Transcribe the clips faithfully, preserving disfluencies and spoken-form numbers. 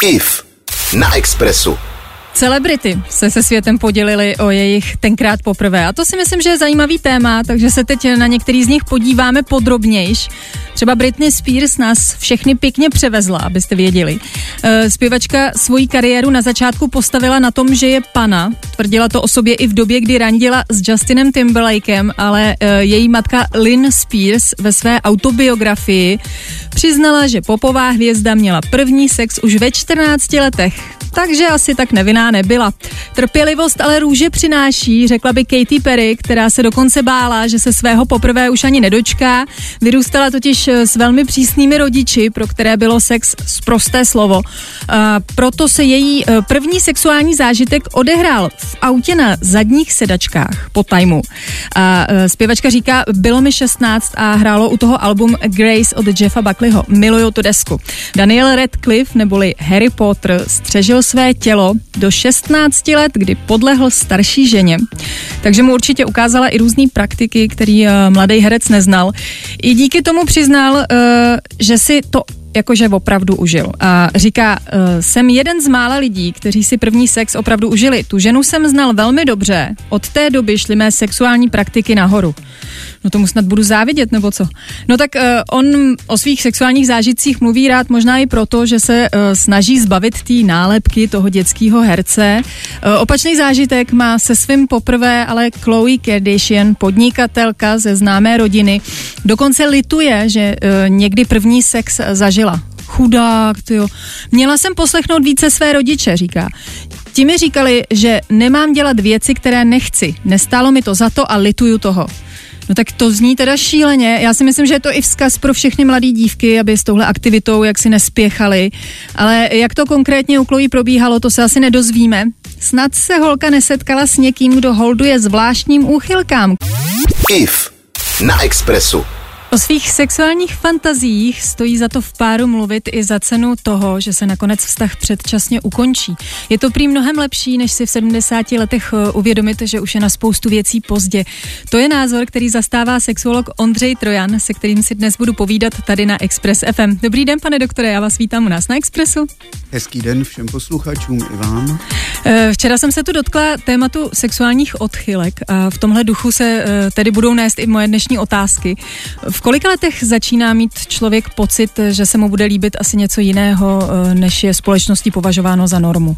I F na Expressu. Celebrity se se světem podělili o jejich tenkrát poprvé a to si myslím, že je zajímavý téma, takže se teď na některý z nich podíváme podrobnějš. Třeba Britney Spears nás všechny pěkně převezla, abyste věděli. Zpěvačka svoji kariéru na začátku postavila na tom, že je pana. Tvrdila to o sobě i v době, kdy randila s Justinem Timberlakem, ale její matka Lynn Spears ve své autobiografii přiznala, že popová hvězda měla první sex už ve čtrnácti letech. Takže asi tak nevinná nebyla. Trpělivost ale růže přináší, řekla by Katy Perry, která se dokonce bála, že se svého poprvé už ani nedočká. Vyrůstala totiž s velmi přísnými rodiči, pro které bylo sex sprosté slovo. A proto se její první sexuální zážitek odehrál v autě na zadních sedačkách po timeu. A zpěvačka říká, bylo mi šestnáct a hrálo u toho album Grace od Jeffa Buckleyho. Miluju tu desku. Daniel Radcliffe neboli Harry Potter střežil své tělo do šestnácti let, kdy podlehl starší ženě. Takže mu určitě ukázala i různý praktiky, který uh, mladý herec neznal. I díky tomu přiznal, uh, že si to jakože opravdu užil. A říká, uh, jsem jeden z mála lidí, kteří si první sex opravdu užili. Tu ženu jsem znal velmi dobře. Od té doby šly mé sexuální praktiky nahoru. No tomu snad budu závidět, nebo co? No tak uh, on o svých sexuálních zážitcích mluví rád možná i proto, že se uh, snaží zbavit té nálepky toho dětského herce. Uh, opačný zážitek má se svým poprvé ale Khloe Kardashian, podnikatelka ze známé rodiny. Dokonce lituje, že uh, někdy první sex zažila. Chudák, tyjo. Měla jsem poslechnout více své rodiče, říká. Ti mi říkali, že nemám dělat věci, které nechci. Nestálo mi to za to a lituju toho. No tak to zní teda šíleně. Já si myslím, že je to i vzkaz pro všechny mladé dívky, aby s touhle aktivitou jak si nespěchali. Ale jak to konkrétně u Khloe probíhalo, to se asi nedozvíme. Snad se holka nesetkala s někým, kdo holduje zvláštním úchylkám. I F na Expressu. O svých sexuálních fantaziích stojí za to v páru mluvit i za cenu toho, že se nakonec vztah předčasně ukončí. Je to prý mnohem lepší, než si v sedmdesáti letech uvědomit, že už je na spoustu věcí pozdě. To je názor, který zastává sexuolog Ondřej Trojan, se kterým si dnes budu povídat tady na Express F M. Dobrý den, pane doktore, já vás vítám u nás na Expressu. Hezký den všem posluchačům i vám. Včera jsem se tu dotkla tématu sexuálních odchylek a v tomhle duchu se tedy budou nést i moje dnešní otázky. V kolika letech začíná mít člověk pocit, že se mu bude líbit asi něco jiného, než je společností považováno za normu?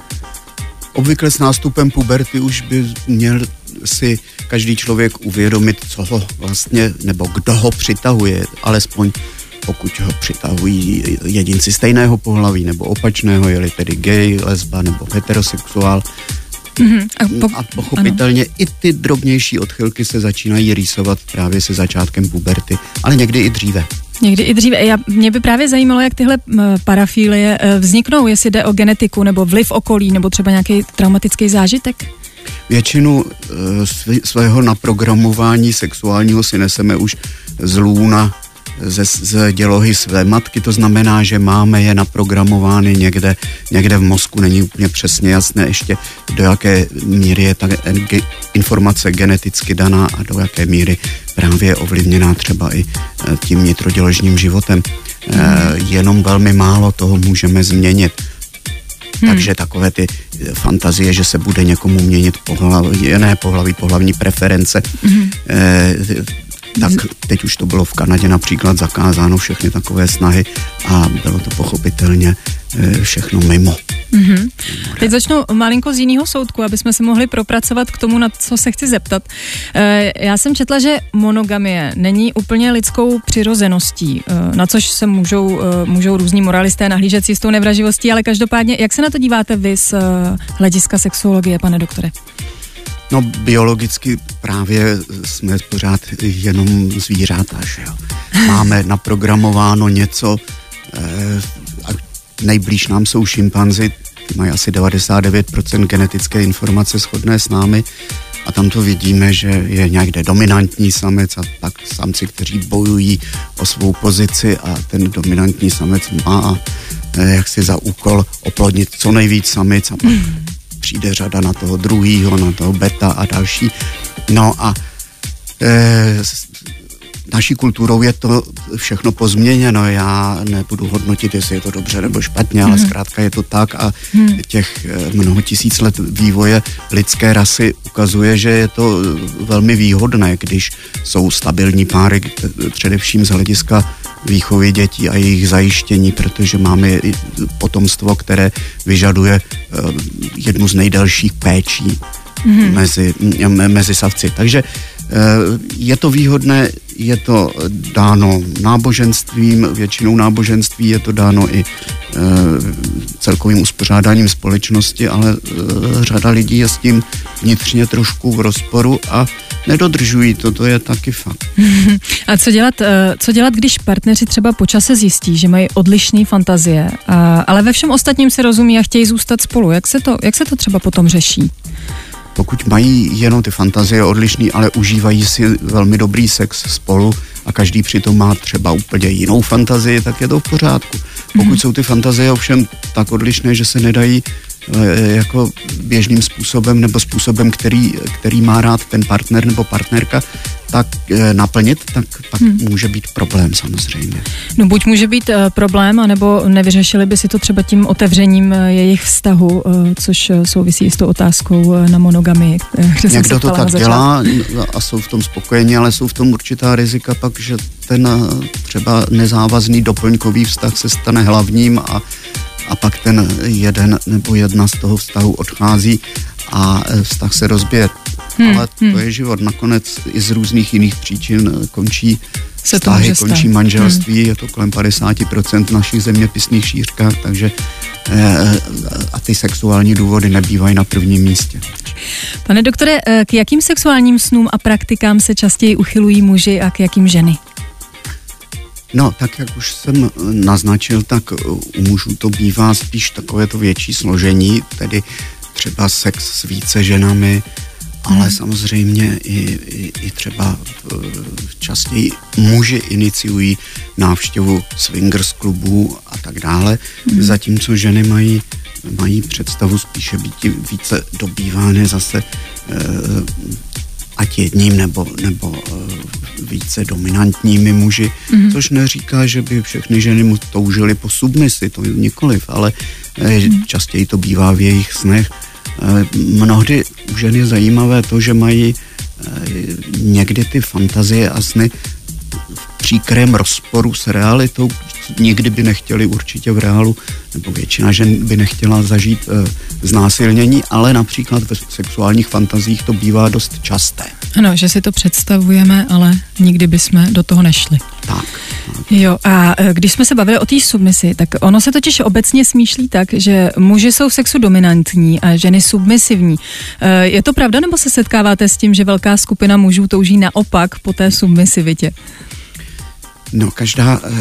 Obvykle s nástupem puberty už by měl si každý člověk uvědomit, co ho vlastně, nebo kdo ho přitahuje, alespoň pokud ho přitahují jedinci stejného pohlaví nebo opačného, je-li tedy gay, lesba nebo heterosexuál. Mm-hmm. A, po... a pochopitelně ano. I ty drobnější odchylky se začínají rýsovat právě se začátkem puberty, ale někdy i dříve. Někdy i dříve. Já, mě by právě zajímalo, jak tyhle parafilie vzniknou, jestli jde o genetiku nebo vliv okolí nebo třeba nějaký traumatický zážitek. Většinu uh, svého naprogramování sexuálního si neseme už z lůna, ze, z dělohy své matky, to znamená, že máme je naprogramovány někde, někde v mozku, není úplně přesně jasné ještě, do jaké míry je ta ge, informace geneticky daná a do jaké míry právě je ovlivněná třeba i tím nitroděložním životem. Hmm. E, jenom velmi málo toho můžeme změnit. Hmm. Takže takové ty fantazie, že se bude někomu měnit pohlaví, ne pohlaví, pohlavní preference, hmm. e, tak teď už to bylo v Kanadě například zakázáno, všechny takové snahy a bylo to pochopitelně všechno mimo. Mm-hmm. Teď začnu malinko z jiného soudku, aby jsme se mohli propracovat k tomu, na co se chci zeptat. Já jsem četla, že monogamie není úplně lidskou přirozeností, na což se můžou, můžou různí moralisté nahlížet s jistou nevraživostí, ale každopádně, jak se na to díváte vy z hlediska sexuologie, pane doktore? No, biologicky právě jsme pořád jenom zvířata, že jo. Máme naprogramováno něco, eh, nejblíž nám jsou šimpanzi, ty mají asi devadesát devět procent genetické informace shodné s námi a tam to vidíme, že je někde dominantní samec a pak samci, kteří bojují o svou pozici a ten dominantní samec má eh, jaksi za úkol oplodnit co nejvíc samic a pak přijde řada na toho druhýho, na toho beta a další. No a e, naší kulturou je to všechno pozměněno. Já nebudu hodnotit, jestli je to dobře nebo špatně, ale mm. zkrátka je to tak a mm. těch mnoho tisíc let vývoje lidské rasy ukazuje, že je to velmi výhodné, když jsou stabilní páry, především z hlediska výchovy dětí a jejich zajištění, protože máme potomstvo, které vyžaduje jednu z nejdelších péčí mm. mezi, mezi savci. Takže je to výhodné, je to dáno náboženstvím, většinou náboženství, je to dáno i e, celkovým uspořádáním společnosti, ale e, řada lidí je s tím vnitřně trošku v rozporu a nedodržují to, to je taky fakt. A co dělat, co dělat, když partneři třeba po čase zjistí, že mají odlišné fantazie, a, ale ve všem ostatním se rozumí a chtějí zůstat spolu? Jak se to, jak se to třeba potom řeší? Pokud mají jenom ty fantazie odlišný, ale užívají si velmi dobrý sex spolu a každý přitom má třeba úplně jinou fantazii, tak je to v pořádku. Pokud mm. jsou ty fantazie ovšem tak odlišné, že se nedají jako běžným způsobem nebo způsobem, který, který má rád ten partner nebo partnerka, tak e, naplnit, tak pak hmm. může být problém samozřejmě. No buď může být e, problém, anebo nevyřešili by si to třeba tím otevřením e, jejich vztahu, e, což souvisí s tou otázkou e, na monogamii. E, Někdo to tak dělá a jsou v tom spokojeni, ale jsou v tom určitá rizika pak, že ten třeba nezávazný doplňkový vztah se stane hlavním a a pak ten jeden nebo jedna z toho vztahu odchází a vztah se rozbije. Hmm, Ale to hmm. je život. Nakonec i z různých jiných příčin končí se vztahy, končí stát. manželství, hmm. je to kolem padesát procent v našich zeměpisných šířkách, takže a ty sexuální důvody nebývají na prvním místě. Pane doktore, k jakým sexuálním snům a praktikám se častěji uchylují muži a k jakým ženy? No, tak jak už jsem naznačil, tak u mužů to bývá spíš takové to větší složení, tedy třeba sex s více ženami, ale hmm. samozřejmě i, i, i třeba častěji muži iniciují návštěvu swingers klubů a tak dále, hmm. zatímco ženy mají, mají představu spíše být více dobývány zase ať jedním nebo, nebo uh, více dominantními muži, mm-hmm. což neříká, že by všechny ženy mu toužily po submisi, to nikoliv, ale mm-hmm. častěji to bývá v jejich snech. Uh, mnohdy u žen je zajímavé to, že mají uh, někdy ty fantazie a sny v příkrém rozporu s realitou. Nikdy by nechtěli určitě v reálu, nebo většina žen by nechtěla zažít e, znásilnění, ale například ve sexuálních fantazích to bývá dost časté. Ano, že si to představujeme, ale nikdy bychom do toho nešli. Tak. tak. Jo, a když jsme se bavili o té submisi, tak ono se totiž obecně smýšlí tak, že muži jsou v sexu dominantní a ženy submisivní. E, je to pravda, nebo se setkáváte s tím, že velká skupina mužů touží naopak po té submisivitě? No, každá eh,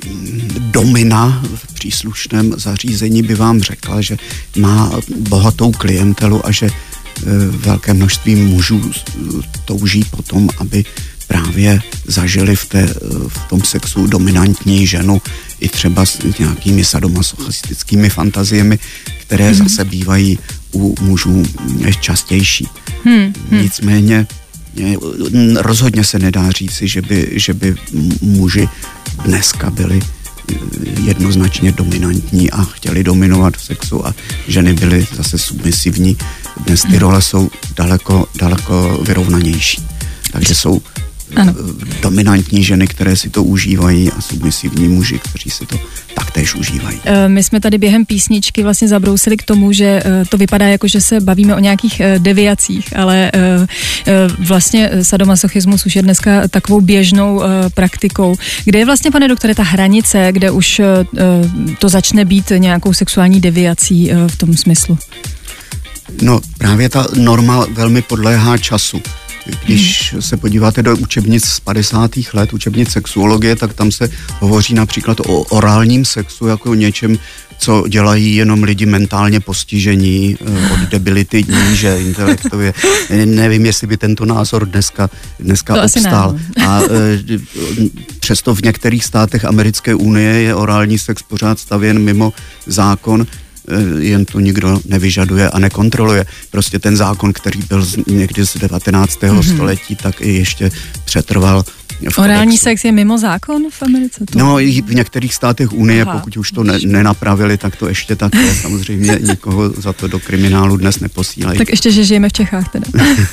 domina v příslušném zařízení by vám řekla, že má bohatou klientelu a že eh, velké množství mužů touží potom, aby právě zažili v, té, v tom sexu dominantní ženu i třeba s nějakými sadomasochistickými fantaziemi, které hmm. zase bývají u mužů častější. Hmm. Nicméně rozhodně se nedá říci, že by, že by muži dneska byli jednoznačně dominantní a chtěli dominovat v sexu a ženy byly zase submisivní. Dnes ty role jsou daleko, daleko vyrovnanější. Takže jsou ano. dominantní ženy, které si to užívají a submisivní muži, kteří si to taktéž užívají. My jsme tady během písničky vlastně zabrousili k tomu, že to vypadá jako, že se bavíme o nějakých deviacích, ale vlastně sadomasochismus už je dneska takovou běžnou praktikou. Kde je vlastně, pane doktore, ta hranice, kde už to začne být nějakou sexuální deviací v tom smyslu? No právě ta norma velmi podléhá času. Když se podíváte do učebnic z padesátých let, učebnic sexuologie, tak tam se hovoří například o orálním sexu jako o něčem, co dělají jenom lidi mentálně postižení, od debility níže, intelektově. Nevím, jestli by tento názor dneska, dneska obstál. A e, přesto v některých státech Americké unie je orální sex pořád stavěn mimo zákon, jen to nikdo nevyžaduje a nekontroluje. Prostě ten zákon, který byl někdy z devatenáctého Mm-hmm. století, tak i ještě přetrval Orální sex je mimo zákon v Americe? To... No, i v některých státech Unie, Aha. pokud už to ne, nenapravili, tak to ještě tak je. Samozřejmě nikoho za to do kriminálu dnes neposílají. Tak ještě, že žijeme v Čechách teda.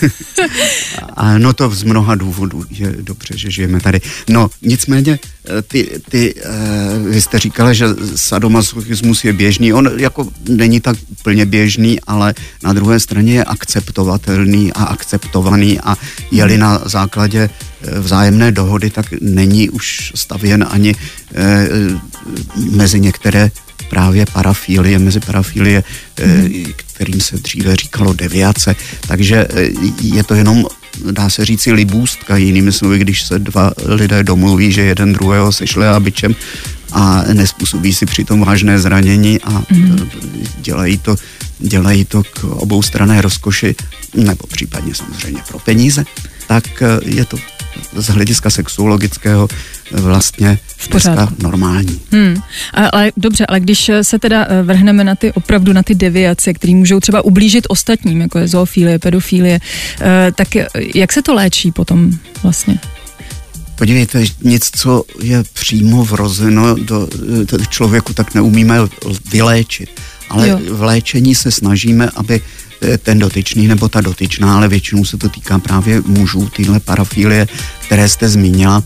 A no to z mnoha důvodů je dobře, že žijeme tady. No, nicméně, ty, ty, vy jste říkali, že sadomasochismus je běžný. On jako není tak plně běžný, ale na druhé straně je akceptovatelný a akceptovaný a je-li na základě vzájemné dohody, tak není už stavěn ani e, mezi některé právě parafilie, mezi parafilie, e, kterým se dříve říkalo deviace. Takže je to jenom, dá se říci, libůstka, jinými slovy, když se dva lidé domluví, že jeden druhého sešle a bičem a nespůsobí si přitom vážné zranění a mm. dělají to, dělají to k oboustranné rozkoši, nebo případně samozřejmě pro peníze, tak je to z hlediska sexuologického vlastně dneska normální. Hmm. Ale dobře, ale když se teda vrhneme na ty opravdu na ty deviace, které můžou třeba ublížit ostatním, jako je zoofilie, pedofilie, tak jak se to léčí potom vlastně? Podívejte, nic, co je přímo vrozeno do člověku, tak neumíme vyléčit. Ale jo. v léčení se snažíme, aby ten dotyčný nebo ta dotyčná, ale většinou se to týká právě mužů, tyhle parafilie, které jste zmínila,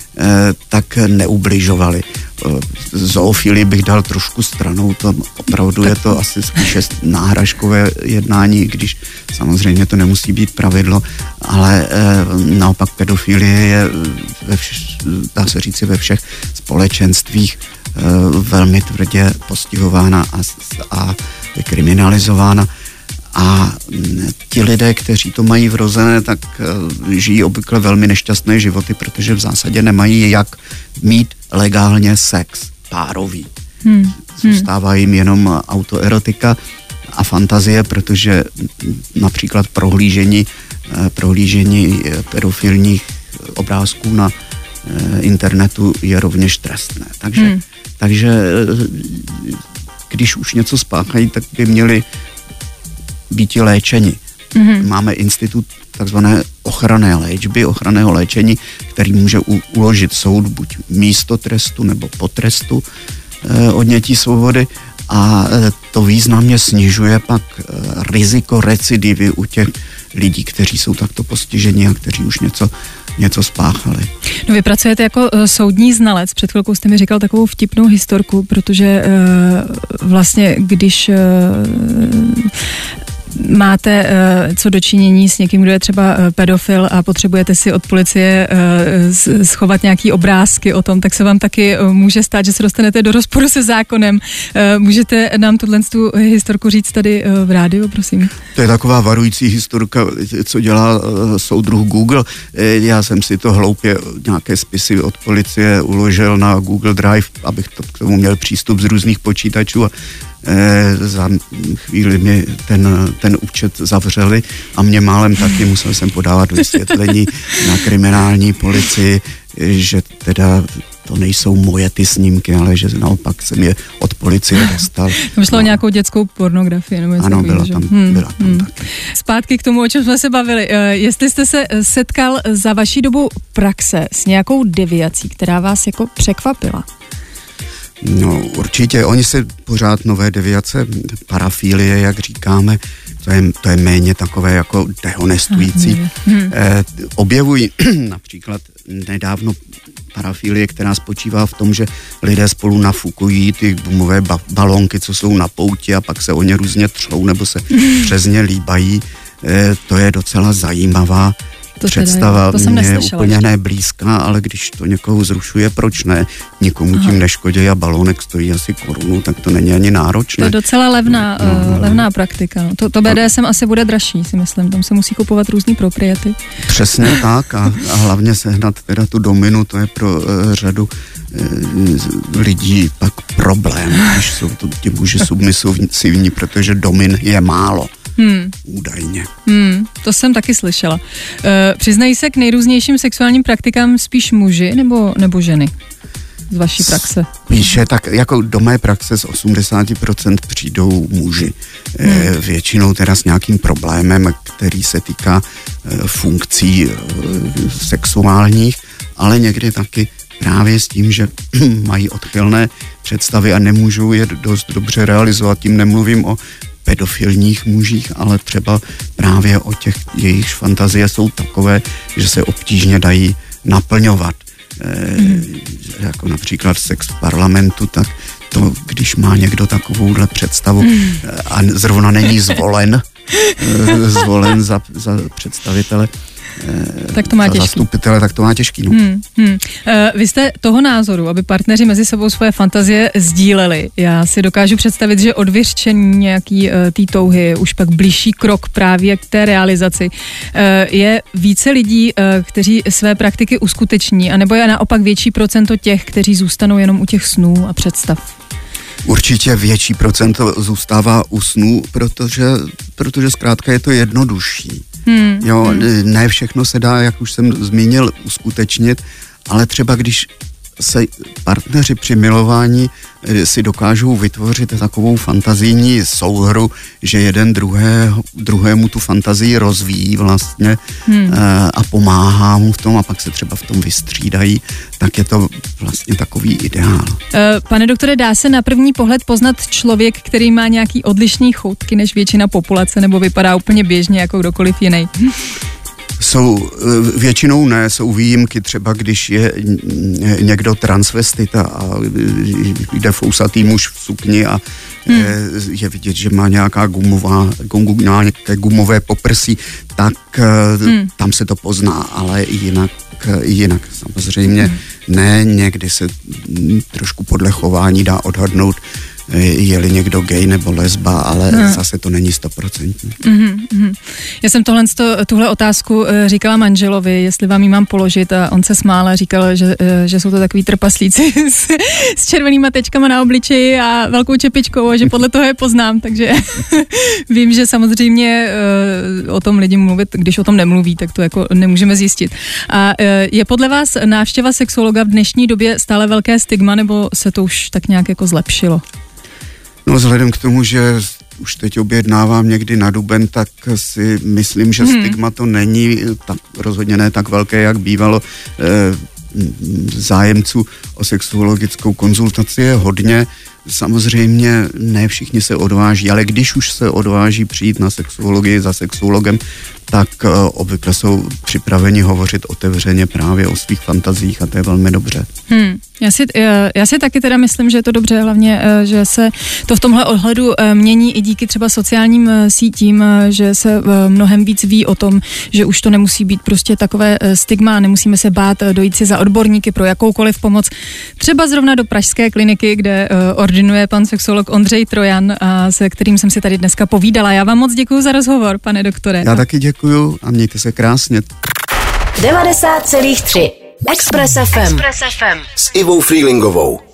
tak neubližovali. Zoofilii bych dal trošku stranou, to opravdu je to asi spíše náhražkové jednání, když samozřejmě to nemusí být pravidlo, ale naopak pedofilie je, ve vš- dá se říci, ve všech společenstvích velmi tvrdě postihována a, a kriminalizována. A ti lidé, kteří to mají vrozené, tak žijí obvykle velmi nešťastné životy, protože v zásadě nemají jak mít legálně sex párový. Hmm. Zůstává jim jenom autoerotika a fantazie, protože například prohlížení, prohlížení pedofilních obrázků na internetu je rovněž trestné. Takže, hmm. takže když už něco spáchají, tak by měli být léčeni. Mm-hmm. Máme institut takzvané ochranné léčby, ochranného léčení, který může u, uložit soud buď místo trestu nebo po trestu e, odnětí svobody a e, to významně snižuje pak e, riziko recidivy u těch lidí, kteří jsou takto postiženi a kteří už něco něco spáchali. No vy pracujete jako uh, soudní znalec. Před chvilkou jste mi říkal takovou vtipnou historku, protože uh, vlastně, když uh, máte uh, co dočinění s někým, kdo je třeba uh, pedofil a potřebujete si od policie uh, schovat nějaký obrázky o tom, tak se vám taky uh, může stát, že se dostanete do rozporu se zákonem. Uh, můžete nám tuhle tu historku říct tady uh, v rádiu, prosím? To je taková varující historka, co dělá uh, soudruh Google. Já jsem si to hloupě nějaké spisy od policie uložil na Google Drive, abych to k tomu měl přístup z různých počítačů a E, za chvíli mi ten, ten účet zavřeli a mě málem taky musel jsem podávat vysvětlení na kriminální policii, že teda to nejsou moje ty snímky, ale že naopak jsem je od policie dostal. Tam šlo o no. nějakou dětskou pornografii. Nebo ano, byla tam, hmm, byla tam hmm. taky. Zpátky k tomu, o čem jsme se bavili. Jestli jste se setkal za vaší dobu praxe s nějakou deviací, která vás jako překvapila? No určitě, oni se pořád nové deviace, parafilie, jak říkáme, to je, to je méně takové jako dehonestující. Hmm. Eh, objevují například nedávno parafilie, která spočívá v tom, že lidé spolu nafukují ty gumové ba- balónky, co jsou na pouti a pak se o ně různě třou nebo se přes ně líbají. Eh, to je docela zajímavá to představa, mě je úplně neblízká, ale když to někoho zrušuje, proč ne? Nikomu Aha. tím neškodí a balónek stojí asi korunu, tak to není ani náročné. To je docela levná, no, no, uh, levná praktika. No. To, to bé dé es em asi bude dražší, si myslím. Tam se musí kupovat různý propriety. Přesně tak a, a hlavně sehnat teda tu dominu, to je pro uh, řadu uh, lidí pak problém, když jsou to ti muži submisivní, protože domin je málo. Hmm. Údajně. Hmm, to jsem taky slyšela. Uh, přiznají se k nejrůznějším sexuálním praktikám spíš muži nebo, nebo ženy? z vaší praxe? Píše, tak jako do mé praxe z osmdesát procent přijdou muži. Hmm. E, většinou teda s nějakým problémem, který se týká e, funkcí e, sexuálních, ale někdy taky právě s tím, že mají odchylné představy a nemůžou je dost dobře realizovat. Tím nemluvím o pedofilních mužích, ale třeba právě o těch, jejichž fantazie jsou takové, že se obtížně dají naplňovat. E, mm. Jako například sex v parlamentu, tak to, když má někdo takovouhle představu mm. a zrovna není zvolen, zvolen za, za představitele, tak to má těžký. Zastupitele, tak to má těžký. No. Hmm, hmm. Vy jste toho názoru, aby partneři mezi sebou svoje fantazie sdíleli. Já si dokážu představit, že od vyřčení nějaký uh, té touhy už pak blížší krok právě k té realizaci. Uh, je více lidí, uh, kteří své praktiky uskuteční, anebo je naopak větší procento těch, kteří zůstanou jenom u těch snů a představ? Určitě větší procento zůstává u snů, protože, protože zkrátka je to jednodušší. Hmm, jo, hmm. Ne všechno se dá, jak už jsem zmínil, uskutečnit, ale třeba když se partneři při milování si dokážou vytvořit takovou fantazijní souhru, že jeden druhé, druhému tu fantazii rozvíjí vlastně hmm. a pomáhá mu v tom a pak se třeba v tom vystřídají, tak je to vlastně takový ideál. Pane doktore, dá se na první pohled poznat člověk, který má nějaký odlišný choutky než většina populace, nebo vypadá úplně běžně jako kdokoliv jiný? Jsou, většinou ne, jsou výjimky, třeba když je někdo transvestita a jde fousatý muž v sukni a hmm. je vidět, že má nějaká gumová, nějaké gumové poprsí, tak hmm. tam se to pozná, ale jinak, jinak samozřejmě hmm. ne, někdy se trošku podle chování dá odhadnout, je-li někdo gay nebo lesba, ale hmm. zase to není stoprocentní. Mm-hmm. Já jsem tohle, tuhle otázku říkala manželovi, jestli vám ji mám položit, a on se smál a říkal, že, že jsou to takový trpaslíci s, s červenýma tečkama na obličeji a velkou čepičkou a že podle toho je poznám, takže vím, že samozřejmě o tom lidi mluvit, když o tom nemluví, tak to jako nemůžeme zjistit. A je podle vás návštěva sexologa v dnešní době stále velké stigma, nebo se to už tak nějak jako zlepšilo? No vzhledem k tomu, že už teď objednávám někdy na duben, tak si myslím, že hmm. stigma to není tak, rozhodně ne tak velké, jak bývalo. E, zájemců o sexuologickou konzultaci je hodně. Samozřejmě ne všichni se odváží, ale když už se odváží přijít na sexuologii za sexuologem, tak uh, obvykle jsou připraveni hovořit otevřeně právě o svých fantazích a to je velmi dobře. Hmm. Já si, já si taky teda myslím, že je to dobře, hlavně, že se to v tomhle ohledu mění i díky třeba sociálním sítím, že se mnohem víc ví o tom, že už to nemusí být prostě takové stigma, nemusíme se bát dojít si za odborníky pro jakoukoliv pomoc. Třeba zrovna do pražské kliniky, kde ordinuje pan sexolog Ondřej Trojan, a se kterým jsem si tady dneska povídala. Já vám moc děkuju za rozhovor, pane doktore. Já taky děkuju a mějte se krásně. devadesát celá tři Express ef em. S Ivou Freelingovou.